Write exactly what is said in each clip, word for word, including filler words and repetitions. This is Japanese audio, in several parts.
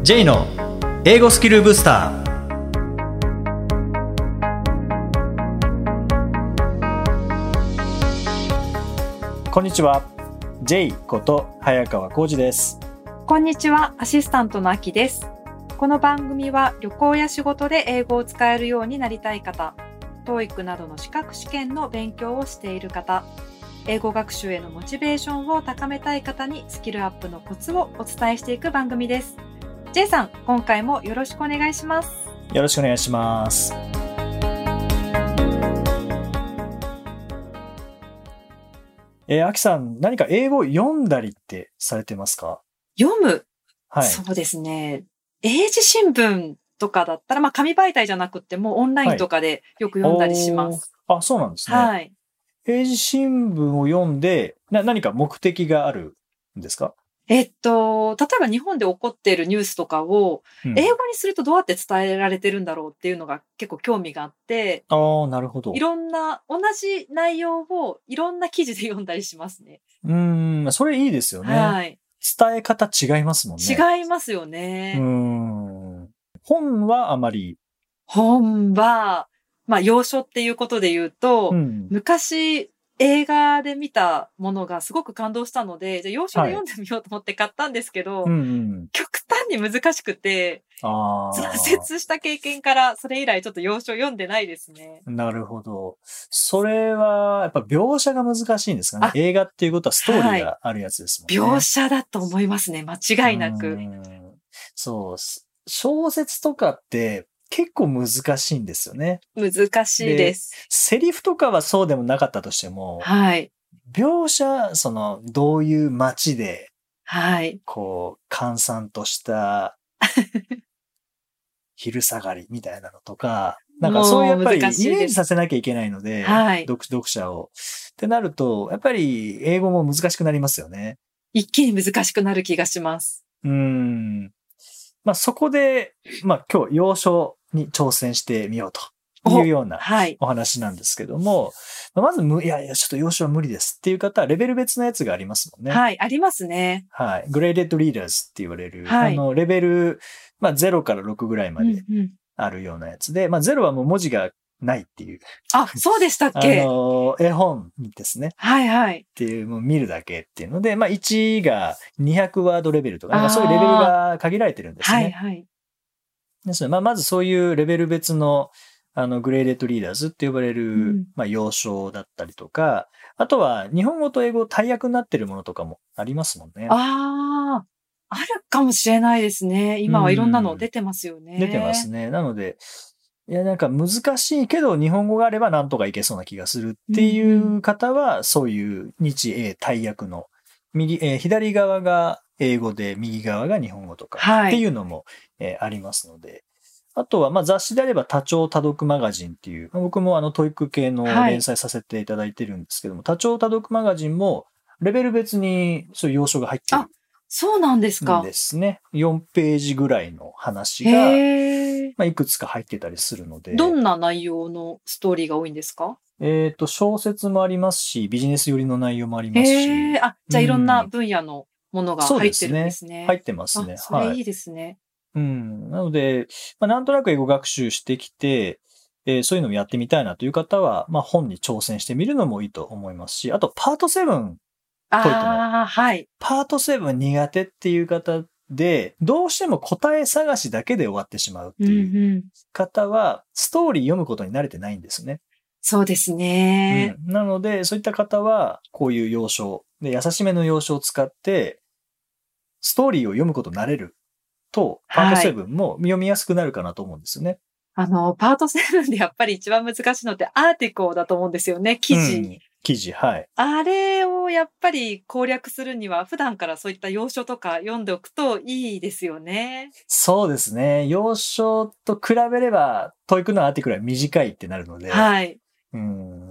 J の英語スキルブスター。こんにちは、 J こと早川浩二です。 こんにちは、アシスタントのあきです。この番組は旅行や仕事で英語を使えるようになりたい方、トーイック などの資格試験の勉強をしている方、英語学習へのモチベーションを高めたい方にスキルアップのコツをお伝えしていく番組です。J さん、今回もよろしくお願いします。 よろしくお願いします。えー、あきさん、何か英語を読んだりってされてますか？ 読む、 はい、 そうですね。英字新聞とかだったら、まあ紙媒体じゃなくてもオンラインとかでよく読んだりします。 はい、あ、そうなんですね。 はい。 英字新聞を読んでな何か目的があるんですか？ えっと、例えば日本で起こっているニュースとかを英語にするとどうやって伝えられてるんだろうっていうのが結構興味があって、 うん、ああ、なるほど。 いろんな、同じ内容をいろんな記事で読んだりしますね。 うーん、それいいですよね。はい。伝え方違いますもんね。 違いますよね。 うーん。本はあまり。 本は、まあ、洋書っていうことで言うと、うん、昔、映画で見たものがすごく感動したので、じゃあ洋書で読んでみようと思って買ったんですけど、はい、うんうん、極端に難しくて、挫折した経験からそれ以来ちょっと洋書読んでないですね。 なるほど。それはやっぱ描写が難しいんですかね。映画っていうことはストーリーがあるやつですもんね。 はい、描写だと思いますね。間違いなく。 そう。小説とかって結構難しいんですよね。 難しいです。 セリフとかはそうでもなかったとしても、 はい。 描写、その、どういう街で、 はい。 こう、閑散とした昼下がりみたいなのとか、なんかそういうやっぱりイメージさせなきゃいけないので、はい、読, 読者を。ってなると、やっぱり英語も難しくなりますよね。 一気に難しくなる気がします。 うーん。まあそこで、まあ今日洋書に挑戦してみようというようなお話なんですけども、はい、まずむ、いやいや、ちょっと洋書は無理ですっていう方はレベル別のやつがありますもんね。 はい、ありますね。 はい。graded readers って言われる、はい、あの、レベル、まあゼロからろくぐらいまであるようなやつで、うんうん、まあゼロはもう文字がないっていう。 あ、そうでしたっけ？ あの、絵本ですね。 はいはい。っていう、もう見るだけっていうので、まあいちがにひゃくワードレベルとか、なんかそういうレベルが限られてるんですね。はいはい。ですので、まあまずそういうレベル別の、あの、グレーデッドリーダーズって呼ばれる、うん、まあ要書だったりとか、あとは日本語と英語対訳になってるものとかもありますもんね。 ああ、あるかもしれないですね。今はいろんなの出てますよね。 出てますね。なので、いや、なんか難しいけど日本語があればなんとかいけそうな気がするっていう方は、うんうん、そういう日英対訳の右、えー、左側が英語で右側が日本語とかっていうのも、はいえー、ありますので。あとは、まあ雑誌であれば多聴多読マガジンっていう、僕もあのトイック系の連載させていただいてるんですけども、はい、多聴多読マガジンもレベル別にそういう要素が入ってる。 あ、そうなんですか。 ですね。よんページぐらいの話が、まあ、いくつか入ってたりするので。 どんな内容のストーリーが多いんですか？ えっと、小説もありますし、ビジネス寄りの内容もありますし。 へー、あ、じゃあいろんな分野のものが入ってるんですね。 そうですね。入ってますね。 それいいですね。 はい、うん。なので、まあ、なんとなく英語学習してきて、えー、そういうのをやってみたいなという方は、まあ、本に挑戦してみるのもいいと思いますし、あと、パートセブン、 トイックの。ああ、はい。 パートセブン苦手っていう方で、どうしても答え探しだけで終わってしまうっていう方は、ストーリー読むことに慣れてないんですね。 そうですね。 うん、なので、そういった方は、こういう要所で、優しめの要所を使って、ストーリーを読むことになれると、パートセブンも読みやすくなるかなと思うんですよね。 はい、あの、パートセブンでやっぱり一番難しいのってアーティコだと思うんですよね、記事。うん記事、はい。 あれをやっぱり攻略するには、普段からそういった要所とか読んでおくといいですよね。 そうですね。要所と比べれば、トイックのアーティクルは短いってなるので。 はい。 うん、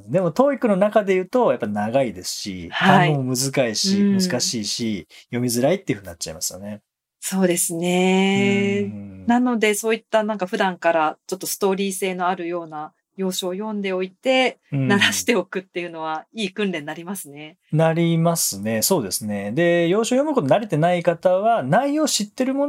でも、トイックの中で言うと、やっぱ長いですし、はい、単語も難いし、うん、難しいし、読みづらいっていう風になっちゃいますよね。 そうですね。なので、そういったなんか普段からちょっとストーリー性のあるような要所を読んでおいて、慣らしておくっていうのは、いい訓練になりますね。 なりますね。そうですね。で、要所を読むこと慣れてない方は、内容を知ってるものを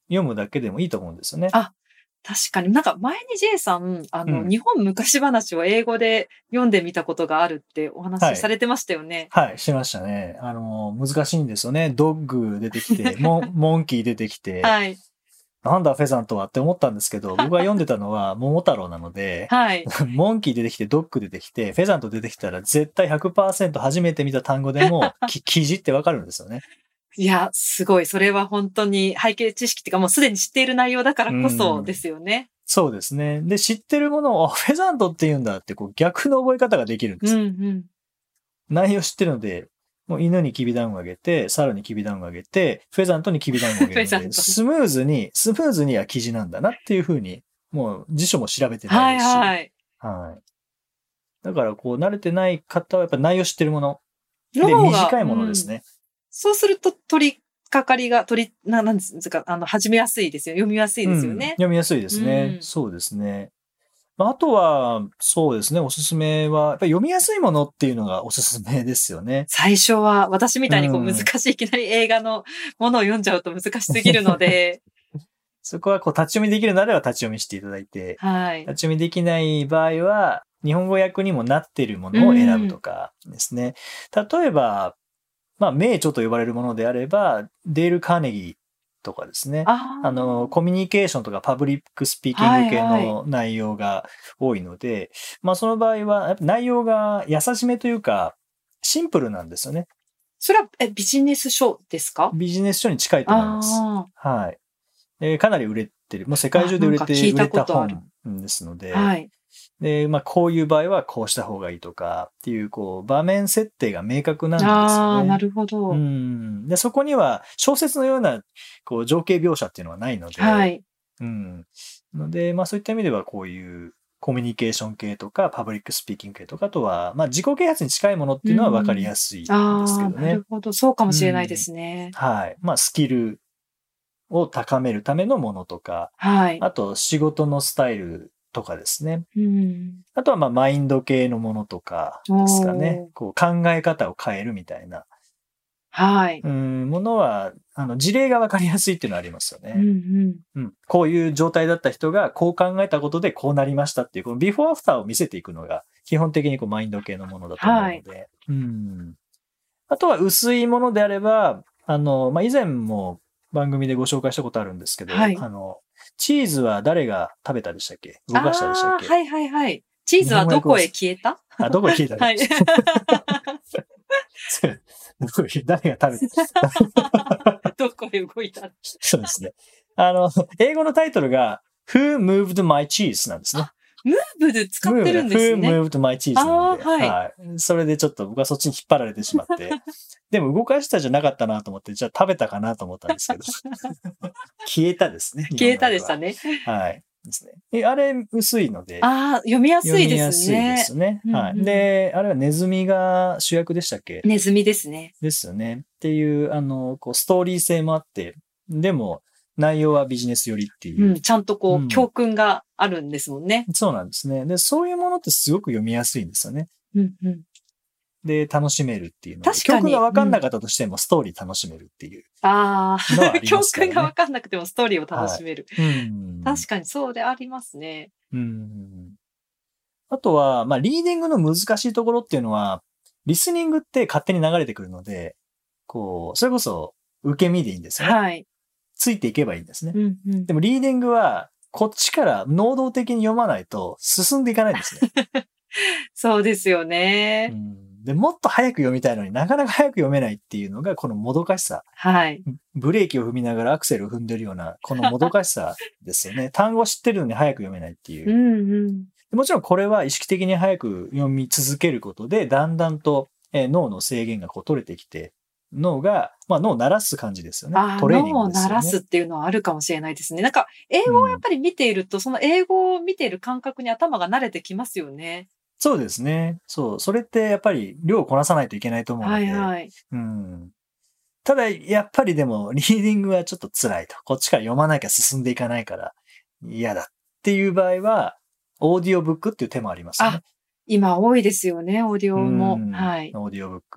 読むだけでもいいと思うんですよね。 あ、確かに。なんか前に J さん、あの、 うん日本昔話を英語で読んでみたことがあるっておはい話しされてましたよね。 はい、しましたね。あの、難しいんですよね。ドッグ出てきて、モン、モンキー出てきて、 はい。 なんだフェザントはって思ったんですけど、僕が読んでたのは桃太郎なので、 はい。 モンキー出てきて、ドッグ出てきて、フェザント出てきたら絶対 ひゃくパーセント 初めて見た単語でも、き記事ってわかるんですよね。 いや、すごい。それは本当に背景知識っていうか、もうすでに知っている内容だからこそですよね。 そうですね。で、知ってるものを、フェザントって言うんだって、こう逆の覚え方ができるんでうんす。 うん。 内容知ってるので、もう犬にきびだんごあげて、猿にきびだんごあげて、フェザントにきびだんごあげるので、 フェザントスムーズに、スムーズには記事なんだなっていうふうに、もう辞書も調べてなはいいですし、 はい。 はい。だから、こう、慣れてない方はやっぱ内容知ってるもの。で、 の方が短いものですね。 そうすると、取り掛かりが、取り、な、なんですか、あの、始めやすいですよ。読みやすいですようんね。 読みやすいですね。 うんそうですね。まああとは、そうですね、おすすめは、やっぱり読みやすいものっていうのがおすすめですよね。 最初は、私みたいにこううん難しい、いきなり映画のものを読んじゃうと難しすぎるので、 そこはこう立ち読みできるならば立ち読みしていただいて、 はい。 立ち読みできない場合は、日本語訳にもなっているものを選ぶとかですね。例えば、まあ、名著と呼ばれるものであれば、デール・カーネギーとかですね。 あーあの、コミュニケーションとかパブリックスピーキング系はいの内容が多いので、まあ、その場合は、やっぱ内容が優しめというか、シンプルなんですよね。 それは、え、ビジネス書ですか？ ビジネス書に近いと思います。 あはい。でかなり売れてる。もう世界中で売れて、 あなんか聞いた売れたことある本ですので、 あ、はい。 で、まあ、こういう場合はこうした方がいいとかっていう、こう、場面設定が明確なんですああ、 よね。 なるほど。 うん。で、そこには小説のような、こう、情景描写っていうのはないので、 はい。 うん。ので、まあ、そういった意味ではこういうコミュニケーション系とか、パブリックスピーキング系とか、あとは、まあ、自己啓発に近いものっていうのは分かりやすいんですけああ、 どねなる。ほど。そうかもしれないですね。 はい。まあ、スキルを高めるためのものとか、 はい。 あと仕事のスタイルとかですね。 うん。 あとはまあマインド系のものとかですかねおー。 こう考え方を変えるみたいな、 はい。 うん、ものは、あの事例がわかりやすいっていうのはありますようんうね。 ん。 うん。こういう状態だった人がこう考えたことでこうなりましたっていう、このビフォーアフターを見せていくのが基本的にこうマインド系のものだと思うので。うん。あとは薄いものであれば、あの、まあ、以前も番組でご紹介したことあるんですけど、 はいあの、チーズは誰が食べたでしたっけ動かしたでしたっけああ、はいはいはい。チーズはどこへ消えた？ あ、どこへ消えたの、 はい。 どこへ誰が食べたどこへ動いた？ そうですね。あの、英語のタイトルが Who Moved My Cheese なんですね。 ムーブで使ってるんです Who ね。 Moved My Cheese なんで、 あーはいい。それでちょっと僕はそっちに引っ張られてしまって。でも動かしたじゃなかったなと思って、じゃあ食べたかなと思ったんですけど。消えたですね。 消えたでしたね。 ね。 はい。ですね。えあれ薄いので。 ああ、読みやす読いでみやすいですね。 すね。はい。 うんうんで、あれはネズミが主役でしたっけネズミですね。 ですよね。っていう、あの、こう、ストーリー性もあって、でも、内容はビジネス寄りっていうう。 ん、ちゃんとこう、 うん教訓があるんですもんね。 そうなんですね。で、そういうものってすごく読みやすいんですよね。 うんうん。 で、楽しめるっていうの確かに教訓が分かんなかったとしても、ストーリー楽しめるっていうああ、 のはあり教ますからね。 訓がわかんなくてもストーリーを楽しめる。 うん。 確かにそうでありますね。 うん。あとは、まあ、リーディングの難しいところっていうのは、リスニングって勝手に流れてくるので、こう、それこそ受け身でいいんですよね。 はい。 ついていけばいいんですね。 うんうん。 でもリーディングは、こっちから能動的に読まないと進んでいかないんですね。 そうですようね。 ん、でもっと早く読みたいのになかなか早く読めないっていうのがこのもどかしさ。 はい。 ブレーキを踏みながらアクセルを踏んでるようなこのもどかしさですよね。単語知ってるのに早く読めないっていうう。 んうん。 もちろんこれは意識的に早く読み続けることでだんだんと、えー脳の制限がこう取れてきて、脳が、まあ脳を鳴らす感じですよね。 ああ、 トレーニン脳をグですよね。 鳴らすっていうのはあるかもしれないですね。なんか、英語をやっぱり見ていると、その英語を見ている感覚に頭が慣れてきますよね。 そうですね。そう。それってやっぱり量をこなさないといけないと思うので。 はいはい。 うん。ただ、やっぱりでも、リーディングはちょっと辛いと。こっちから読まなきゃ進んでいかないから嫌だっていう場合は、オーディオブックっていう手もありますよね。 今多いですよね、オーディオもう。んはい。 オーディオブック。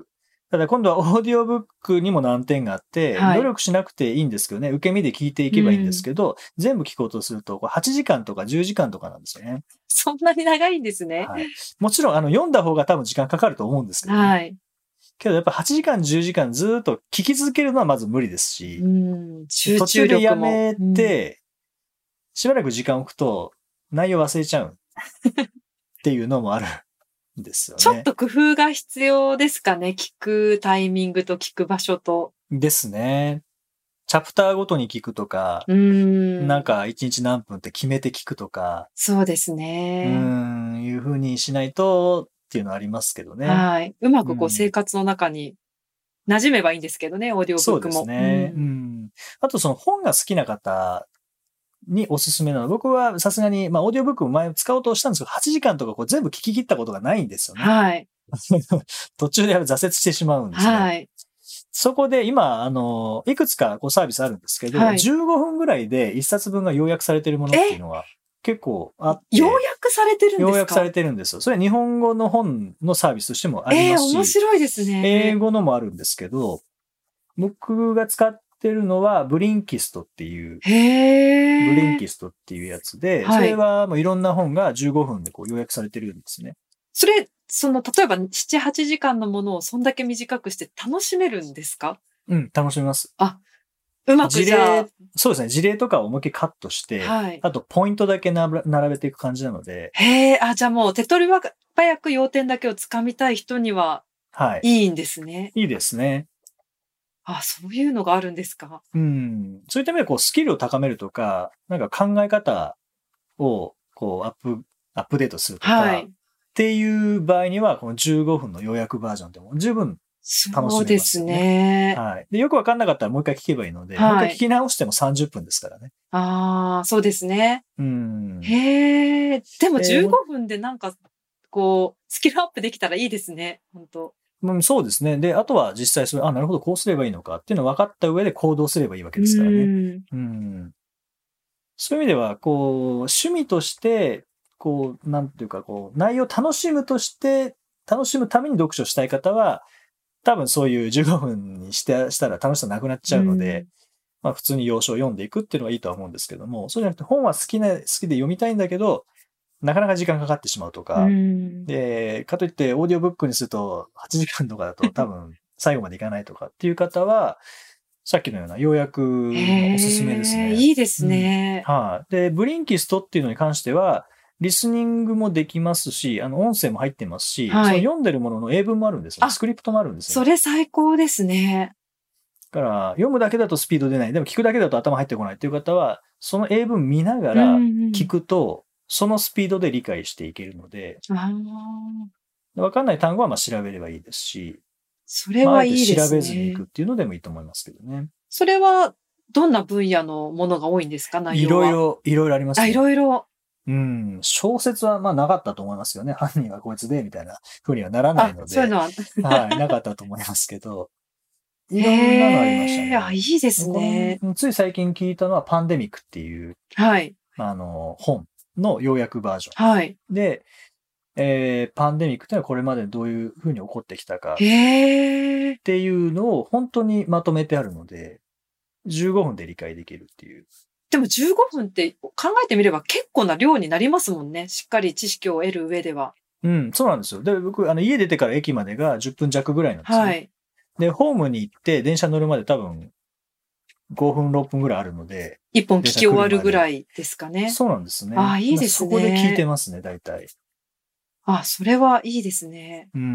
ただ今度はオーディオブックにも難点があって、 はい努力しなくていいんですけどね、受け身で聞いていけばいいんですけど、全部聞こうとすると、こうはちじかんとかじゅうじかんとかなんですよね。 そんなに長いんですね。 はい。もちろん、あの、読んだ方が多分時間かかると思うんですけどね。 はい。 けどやっぱはちじかん、じゅうじかんずーっと聞き続けるのはまず無理ですし、 うん、集途中中でや力も。 めうんて、しばらく時間を置くと内容忘れちゃうっていうのもあるんですよね。 ちょっと工夫が必要ですかね。聞くタイミングと聞く場所と。 ですね。チャプターごとに聞くとか、 うーん。 なんかいちにち何分って決めて聞くとか、 そうですうね。 ーん、いう風にしないとっていうのはありますけどね。 はい。うまくこううん生活の中に馴染めばいいんですけどね、オーディオブそうでックも。 すね。 ううんん。あとその本が好きな方におすすめなの。僕はさすがに、まあオーディオブックも前使おうとしたんですけど、はちじかんとかこう全部聞き切ったことがないんですよね。 はい。 途中でやっぱ挫折してしまうんですね。 はい。 そこで今、あの、いくつかこうサービスあるんですけど、 はいじゅうごふんぐらいでいっさつぶんが要約されているものっていうのが結構あって、 要約されてるんですか？ 要約されてるんですよ。それは日本語の本のサービスとしてもありええー、 ますし、 面白いですね。 英語のもあるんですけど、僕が使ってるのはブリンキストっていう、 へえ。 ブリンキストっていうやつで、 はいそれはもういろんな本がじゅうごふんでこう要約されてるんですね。 それ、その、例えばなな、はちじかんのものをそんだけ短くして楽しめるんですか？ うん、楽しみます。 うまく事じゃ例、そうですね、事例とかを思いっきりカットして、 あ。はい。 あとポイントだけなら並べていく感じなので、 へえ、あ、じゃあもう手っ取り早く要点だけをつかみたい人にははい。 いいんですね。 いいですね。 あ、そういうのがあるんですか？ うん。そういった意味でこうスキルを高めるとか、なんか考え方をこうアップ、アップデートするとか、 はい。 っていう場合には、このじゅうごふんの要約バージョンでも十分楽しそうですめますよね。 はい。で、よくわかんなかったらもう一回聞けばいいので、 はいもう一回聞き直してもさんじゅっぷんですからね。 ああ、そうですね。 うん。 へえ。でもえーじゅうごふんでなんか、こう、スキルアップできたらいいですね。本当うんそうですね。で、あとは実際それ、あ、なるほど、こうすればいいのかっていうのを分かった上で行動すればいいわけですからね。 うん。 うん。そういう意味では、こう、趣味として、こう、なんていうか、こう、内容を楽しむとして、楽しむために読書したい方は、多分そういうじゅうごふんにして、したら楽しさなくなっちゃうので、まあ普通に要所を読んでいくっていうのがいいとは思うんですけども、そうじゃなくて本は好きな、好きで読みたいんだけど、なかなか時間かかってしまうとうか、 ん。 で、かといってオーディオブックにするとはちじかんとかだと多分最後までいかないとかっていう方は、さっきのような要約もおすすめですね。 へえ、いいですね。 はい。で、ブリンキストっていうのに関しては、リスニングもできますし、あの、音声も入ってますし、 はいその読んでるものの英文もあるんですよ、ね。 あスクリプトもあるんですよ、 それ最高ですね。 だから、読むだけだとスピード出ない。でも聞くだけだと頭入ってこないっていう方は、その英文見ながうらんうん聞くと、そのスピードで理解していけるので、 ああ、 わかんない単語はまあ調べればいいですし、 それまあ、あはいいですえて調べずにね行く。っていうのでもいいと思いますけどね。 それは、どんな分野のものが多いんですか？内い容は。 ろいろ、いろいろありますあ、 ね。 いろいろ。 うん。小説はまあなかったと思いますよね。犯人はこいつで、みたいな風にはならないあの、で。 そういうのは。 はい、なかったと思いますけど。いろんなのありましたね。 へえ、あ、いいですね。 このつい最近聞いたのはパンデミックっていう、 はい。 あの、本の要約バージョはい。 ン。で、えー、パンデミックっていうのはこれまでどういう風に起こってきたかっへえ。 ていうのを本当にまとめてあるので、じゅうごふんで理解できるっていう。 でもじゅうごふんって考えてみれば結構な量になりますもんね。しっかり知識を得る上では。 うん、そうなんですよ。で、僕、あの、家出てから駅までがじゅっぷん弱ぐらいなんですね。 はい。 で、ホームに行って電車乗るまで多分ごふん、ろっぷんぐらいあるので。 一本聞き終わるぐらいですかね。 そうなんですね。 ああ、いいですね。 まあそこで聞いてますね、大体。 あ、それはいいですね。 うん。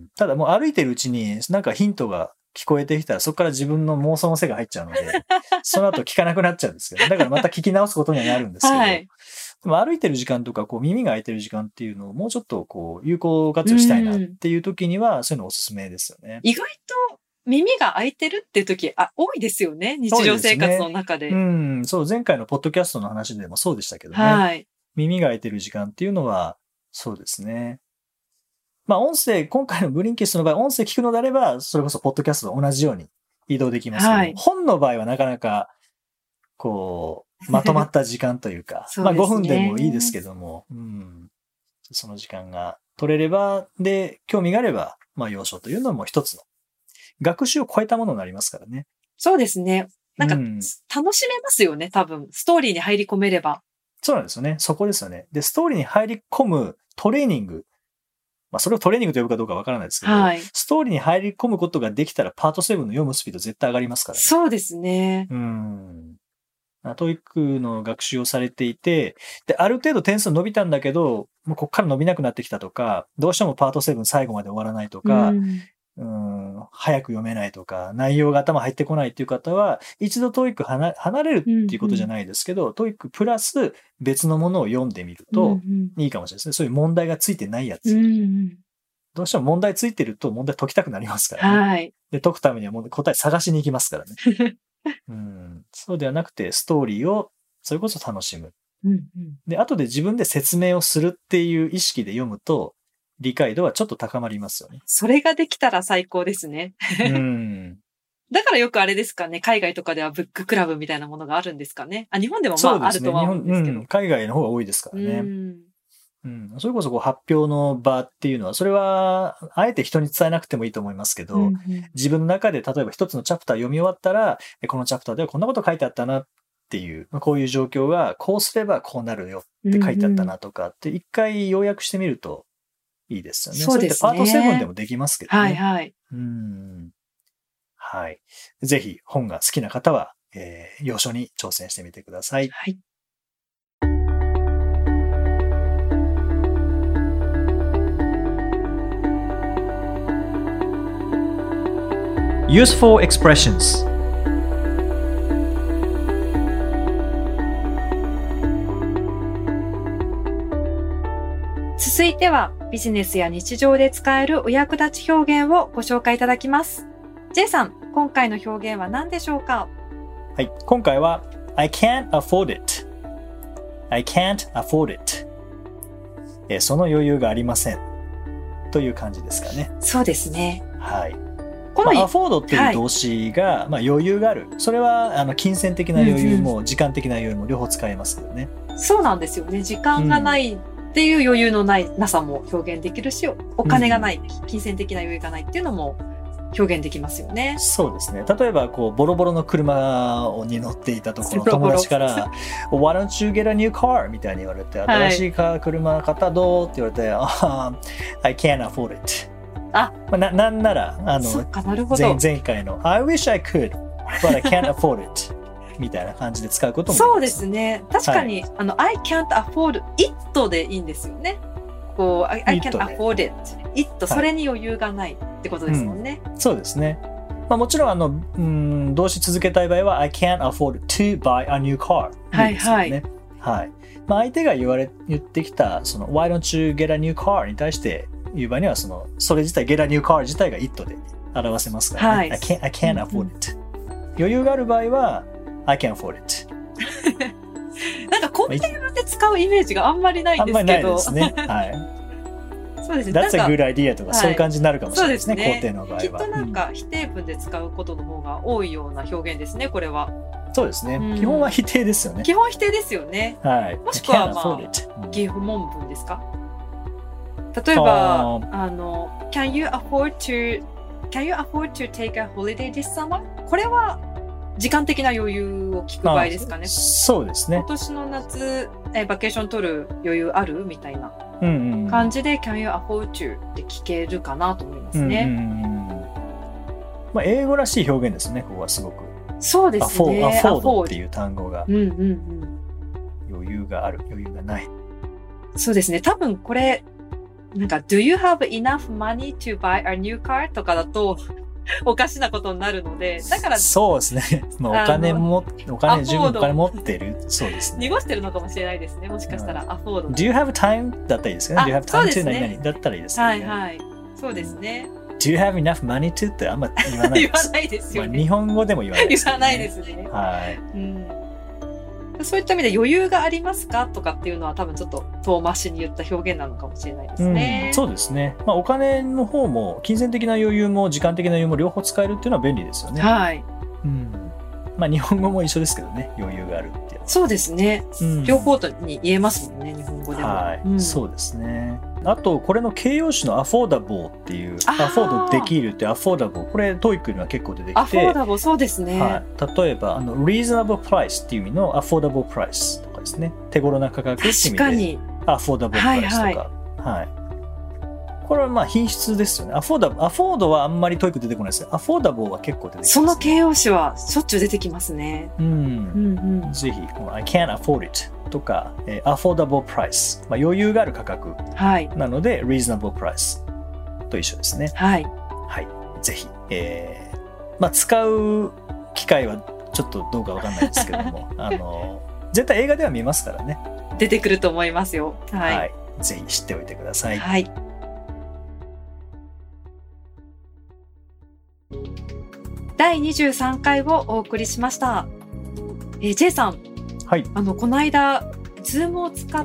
ただもう歩いてるうちになんかヒントが聞こえてきたらそこから自分の妄想の世が入っちゃうので、その後聞かなくなっちゃうんですけど、だからまた聞き直すことにはなるんですけど、 はい。 でも歩いてる時間とかこう耳が開いてる時間っていうのをもうちょっとこう有効活用したいなっていう時にはそういうのおすすめですよね。 意外と耳が開いてるっていう時あ多いですよね。日常生活の中で。 うん、そう、前回のポッドキャストの話でもそうでしたけどね。 はい。 耳が開いてる時間っていうのは、そうですね。まあ音声、今回のブリンキストの場合、音声聞くのであれば、それこそポッドキャストと同じように移動できますけど、はい、本の場合はなかなか、こう、まとまった時間というか、うまあごふんでもいいですけども、うん、その時間が取れれば、で、興味があれば、まあ要所というのも一つの学習を超えたものになりますからね。 そうですね。なんか、 うん、 楽しめますよね、多分。ストーリーに入り込めれば。 そうなんですよね。そこですよね。で、ストーリーに入り込むトレーニング。まあ、それをトレーニングと呼ぶかどうかわからないですけど、 はい、 ストーリーに入り込むことができたら、パートセブンの読むスピード絶対上がりますからね。 そうですね。 うん。トイックの学習をされていて、で、ある程度点数伸びたんだけど、もうこっから伸びなくなってきたとか、どうしてもパートセブン最後まで終わらないとか、 うんうん、早く読めないとか、内容が頭入ってこないっていう方は、一度トイック離れるっていうことじゃないですけど、トイックプラス別のものを読んでみるといいかもしれないですね。そういう問題がついてないやつ。 うんうん、 どうしても問題ついてると問題解きたくなりますからね。 はい、 で、解くためにはもう答え探しに行きますからね。うん、そうではなくて、ストーリーをそれこそ楽しむ。 うんうん、 で、後で自分で説明をするっていう意識で読むと、理解度はちょっと高まりますよね。 それができたら最高ですね。 うん。 だからよくあれですかね、海外とかではブッククラブみたいなものがあるんですかね。あ、日本でもまあ、ね、あるとは思うんですけど、 うん。海外の方が多いですからね。 うんうん、それこそこう発表の場っていうのは、それは、あえて人に伝えなくてもいいと思いますけど、 うんうん、 自分の中で例えば一つのチャプター読み終わったら、このチャプターではこんなこと書いてあったなっていう、こういう状況がこうすればこうなるよって書いてあったなとかって一回要約してみるといいですよね。 そうですね。 それってパートセブンでもできますけどね。 はいはい。 うん。はい。ぜひ本が好きな方は、えー、要所に挑戦してみてください。 はい。 Useful expressions。 続いてはビジネスや日常で使えるお役立ち表現をご紹介いただきます。J さん、今回の表現は何でしょうか？ はい、今回は I can't afford it。I can't afford it。えー、その余裕がありません。という感じですかね。 そうですね。 はい。この、まあ、アフォードっていう動詞が、はい、まあ、余裕がある。それはあの金銭的な余裕も、うんうん、時間的な余裕も両方使えますよね。 そうなんですよね。時間がないっていう余裕のないなさも表現できるし、お金がない、うん、金銭的な余裕がないっていうのも表現できますよね。 そうですね。例えばこうボロボロの車に乗っていたところの友達からWhy don't you get a new car? みたいに言われて、新しい車買ったどうって言われて、はい、I can't afford it。 あ、 まあ、な, なんならあの前, 前回の I wish I could but I can't afford it みたいな感じで使うこともできます。 そうですね。確かに、はい、あの I can't afford it でいいんですよね。こう I, I can't afford it it それに余裕がないってことですもんね。 うん、そうですね。まあ、もちろんあの、うん、動詞続けたい場合は I can't afford to buy a new car はいはい。 はい。まあ、相手が言われ言ってきたその Why don't you get a new car に対して言う場合にはそのそれ自体 get a new car 自体が it で表せますからね。はい、I can't, I can't afford it、うん、余裕がある場合は I can't afford it なんか肯定文で使うイメージがあんまりないんですけど、 あんまりないですね。はい。そうですね。That's a good idea とか、はい、そういう感じになるかもしれないですね。肯、はい、定の場合は。 きっとなんか否定文で使うことの方が多いような表現ですね。これは。 そうですね。うん、基本は否定ですよね。 基本否定ですよね。 はい。 もしくはまあ疑問文ですか。例えばあの Can you afford to Can you afford to take a holiday this summer? これは時間的な余裕を聞く場合ですかね。 そうですね。 今年の夏えバケーション取る余裕あるみたいな感じで、うんうん、Can you afford to って聞けるかなと思いますね。うんうん、 まあ、英語らしい表現ですね。ここはすごく。 そうですね。 アフォードっていう単語が、 うんうんうん、 余裕がある、余裕がない。 そうですね。多分これなんか Do you have enough money to buy a new car? とかだとおかしなことになるので、だからそうですね。まあ、お金もお金十分お金持ってる、そうですね。 濁してるのかもしれないですね。もしかしたらアフォード。 Do you have time だったらいいですかね。Do you have time to 何々だったらいいですね。 はいはい。そうですね。 Do you have enough money to ってあんま言わないです。 言わないですよね。 まあ、日本語でも言わないです、ね。 言わないですね。 はい。 うん。そういった意味で余裕がありますかとかっていうのは多分ちょっと遠回しに言った表現なのかもしれないですね。 うん、そうですね。まあ、お金の方も金銭的な余裕も時間的な余裕も両方使えるっていうのは便利ですよね。 はい。 うん。まあ日本語も一緒ですけどね、余裕があるっていう。 そうですね。うん、両方とに言えますもんね、日本語でも。 はい、 うん。 そうですね。 あとこれの形容詞のアフォーダボーっていう、 あーアフォードできるってアフォーダボー、これトーイックには結構出てきて、 アフォーダブル、そうですね。 はい、例えばあの reasonable price っていう意味のアフォーダブルプライスとかですね、手頃な価格っていう意味で確かに。 アフォーダブルプライスとか、 はいはい、これはまあ品質ですよね。アフォーダアフォードはあんまりトーイック出てこないですけど、アフォーダブルは結構出てきます、ね。 その形容詞はしょっちゅう出てきますね。 うん、 うんうん。 ぜひこの I can't afford it とか、えー、affordable price、まあ、余裕がある価格はい。 なので reasonable price と一緒ですね。 はい。 はい、ぜひ、えーまあ、使う機会はちょっとどうかわかんないですけどもあの絶対映画では見ますからね。 出てくると思いますよ。はい。 はい、ぜひ知っておいてください。 はい。だいにじゅうさんかいをお送りしました。えー、J さん、 はい、 あの、この間、Zoom を使った、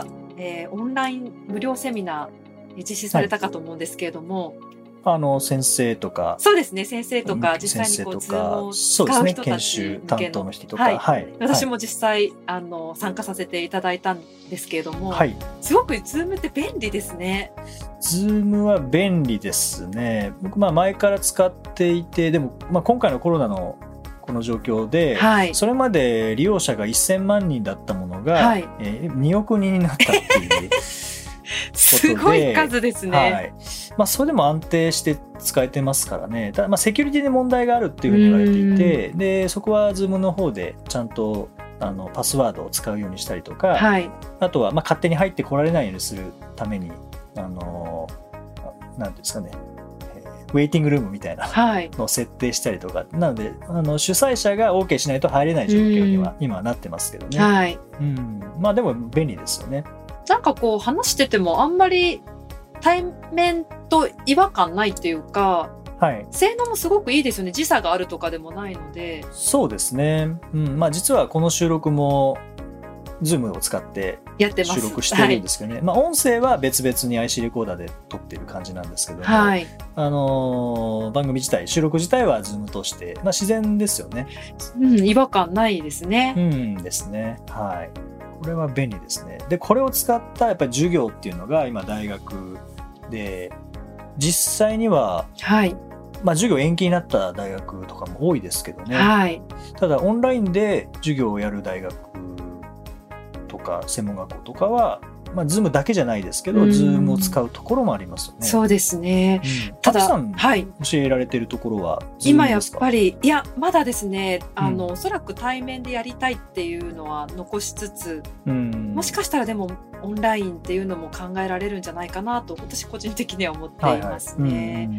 えーオンライン無料セミナー、えー実施されたかと思うんですけれども、 あの先生とかそうですね、先生とか、 うん実際にこう、 先生とか Zoom をそうですね、 使う人た研ち修担向けの当の人とか、 はいはい、 私も実際、あの、参加させていただいたんですけれども、 はい、 すごく Zoom って便利ですね。 ズームは便利ですね。僕、まあ、前から使っていて、でも、まあ、今回のコロナのこの状況で、 はい。 それまで利用者がせんまんにんだったものが、 はいえーにおくにんになったっていうすごい数ですね。 はい、まあ、それでも安定して使えてますからね。ただ、まあ、セキュリティに問題があるっていうふうに言われていて、でそこは Zoom の方でちゃんとあのパスワードを使うようにしたりとか、 はい。 あとはまあ勝手に入ってこられないようにするために、あのなんていうんですかね、えーウェイティングルームみたいなはい。 のを設定したりとか、なのであの主催者が OK しないと入れない状況には今はなってますけどね。 はい。 うん、まあでも便利ですよね。 なんかこう話しててもあんまり対面と違和感ないっていうか、 はい、 性能もすごくいいですよね。時差があるとかでもないので。 そうですね。うん、まあ実はこの収録も Zoom を使ってやってます。 収録してるんですけどね。まあ音声は別々に アイシー レコーダーで撮ってる感じなんですけども、 はい。 あのー番組自体、収録自体は Zoom として、まあ自然ですよね。 うん、違和感ないですね。 うんですね。はい。これは便利ですね。で、これを使ったやっぱり授業っていうのが今大学で、実際には、 はい。 まあ授業延期になった大学とかも多いですけどね。 はい。 ただオンラインで授業をやる大学とか専門学校とかは、まあ、Zoom だけじゃないですけど、 うん Zoom を使うところもありますよね。 そうですね。 うん、 ただたくさんはい教えられてるところは Zoom 今やっですか？ ぱり、いや、まだですね、あの、おそらく対面でやりたいっていうのは残しつつ、 うん、 もしかしたらでもオンラインっていうのも考えられるんじゃないかなと、私個人的には思っていますね。 はいはいうん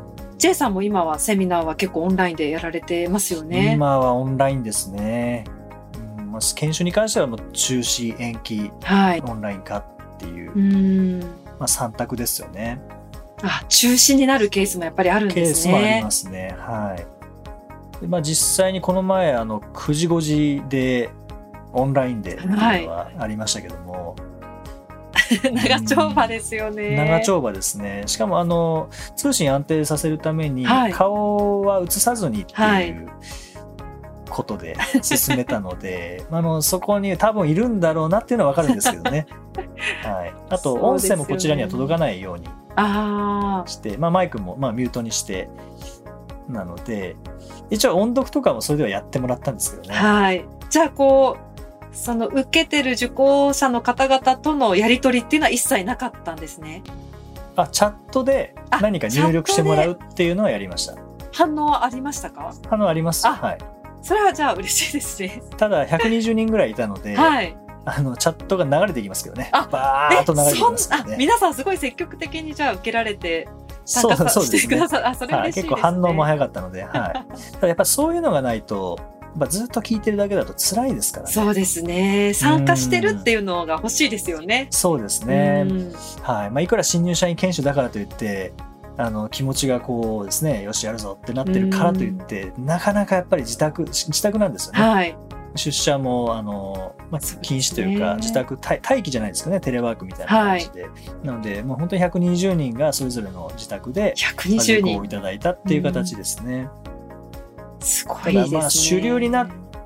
J さんも今はセミナーは結構オンラインでやられてますよね。 今はオンラインですね。うんまあ、研修に関してはもう中止、延期、 はい。 オンライン化っていう、 うーん。 まあ、さん択ですよね。 あ、中止になるケースもやっぱりあるんケーですね。 スもありますね。はいでまあ、実際にこの前あのくじごじでオンラインでっていうのはありましたけども、 長丁場ですよね。 長丁場ですね。しかもあの通信安定させるためにはい顔は映さずにってはいいうことで進めたので、あのそこに多分いるんだろうなっていうのはわかるんですけどね。はい、あと音声もこちらには届かないようにああ。 して、まあ、マイクもまあミュートにしてなので、一応音読とかもそれではやってもらったんですけどね。 はい。じゃあこう、その受けてる受講者の方々とのやり取りっていうのは一切なかったんですね。 あ、チャットで何か入力してもらうっていうのはやりました。 反応はありましたか？ あのあります。 あはい。 それはじゃあ嬉しいですね。 ただひゃくにじゅうにんぐらいいたので、 はい。 あのチャットが流れていきますけどね。 あバーッと流れていきますけどそんあね。 皆さんすごい積極的にじゃあ受けられて参そう加さそうですねしてくだ。さる。あ、それはい、 嬉しいですね。 結構反応も早かったので、はい。ただやっぱそういうのがないと、やっぱずっと聞いてるだけだと辛いですからね。 そうですね。参加してるっていうのが欲しいですよね。 そうですね。 うんはい。まあいくら新入社員研修だからといって、あの気持ちがこうですね、よしやるぞってなってるからといって、なかなかやっぱり自宅自宅なんですよね。 はい。 出社もあの、まあ、 そうですね禁止というか自宅待待機じゃないですかね、テレワークみたいな感じで、なのでもう本当にひゃくにじゅうにんがそれぞれの自宅でひゃくにじゅうにん受講い。ただいたっていう形ですね。 すごいですね。 ただまあ主流になっ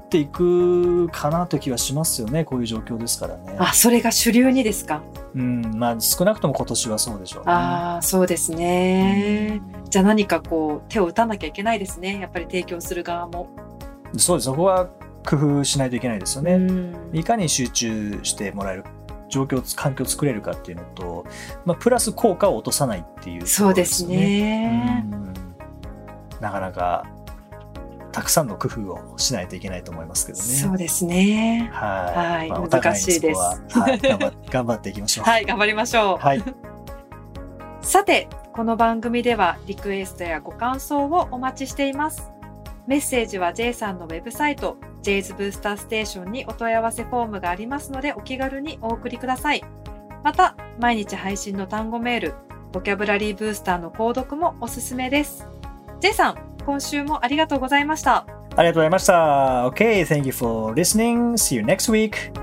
っていくかなという気はしますよね。こういう状況ですからね。 あ、それが主流にですか？ うん、まあ少なくとも今年はそうでしょうね。 ああ、そうですね。じゃあ何かこう手を打たなきゃいけないですね。やっぱり提供する側も。 そうです。そこは工夫しないといけないですよね。 うん、 いかに集中してもらえる状況、環境を作れるかっていうのと、まあ、プラス効果を落とさないっていうとこそうでろですよね。 すね。 うんなかなかたくさんの工夫をしないといけないと思いますけどね。 そうですね。 はい。 はいまあ、お互難しいですにそこは、はい、頑張頑張っていきましょう。 はい、頑張りましょう。 はい。 さて、この番組ではリクエストやご感想をお待ちしています。メッセージは J さんのウェブサイト ジェイズ ブースターステーションにお問い合わせフォームがありますのでお気軽にお送りください。また、毎日配信の単語メール、ボキャブラリーブースターの購読もおすすめです。J さん、今週もありがとうございました。 ありがとうございました。Okay, thank you for listening. See you next week.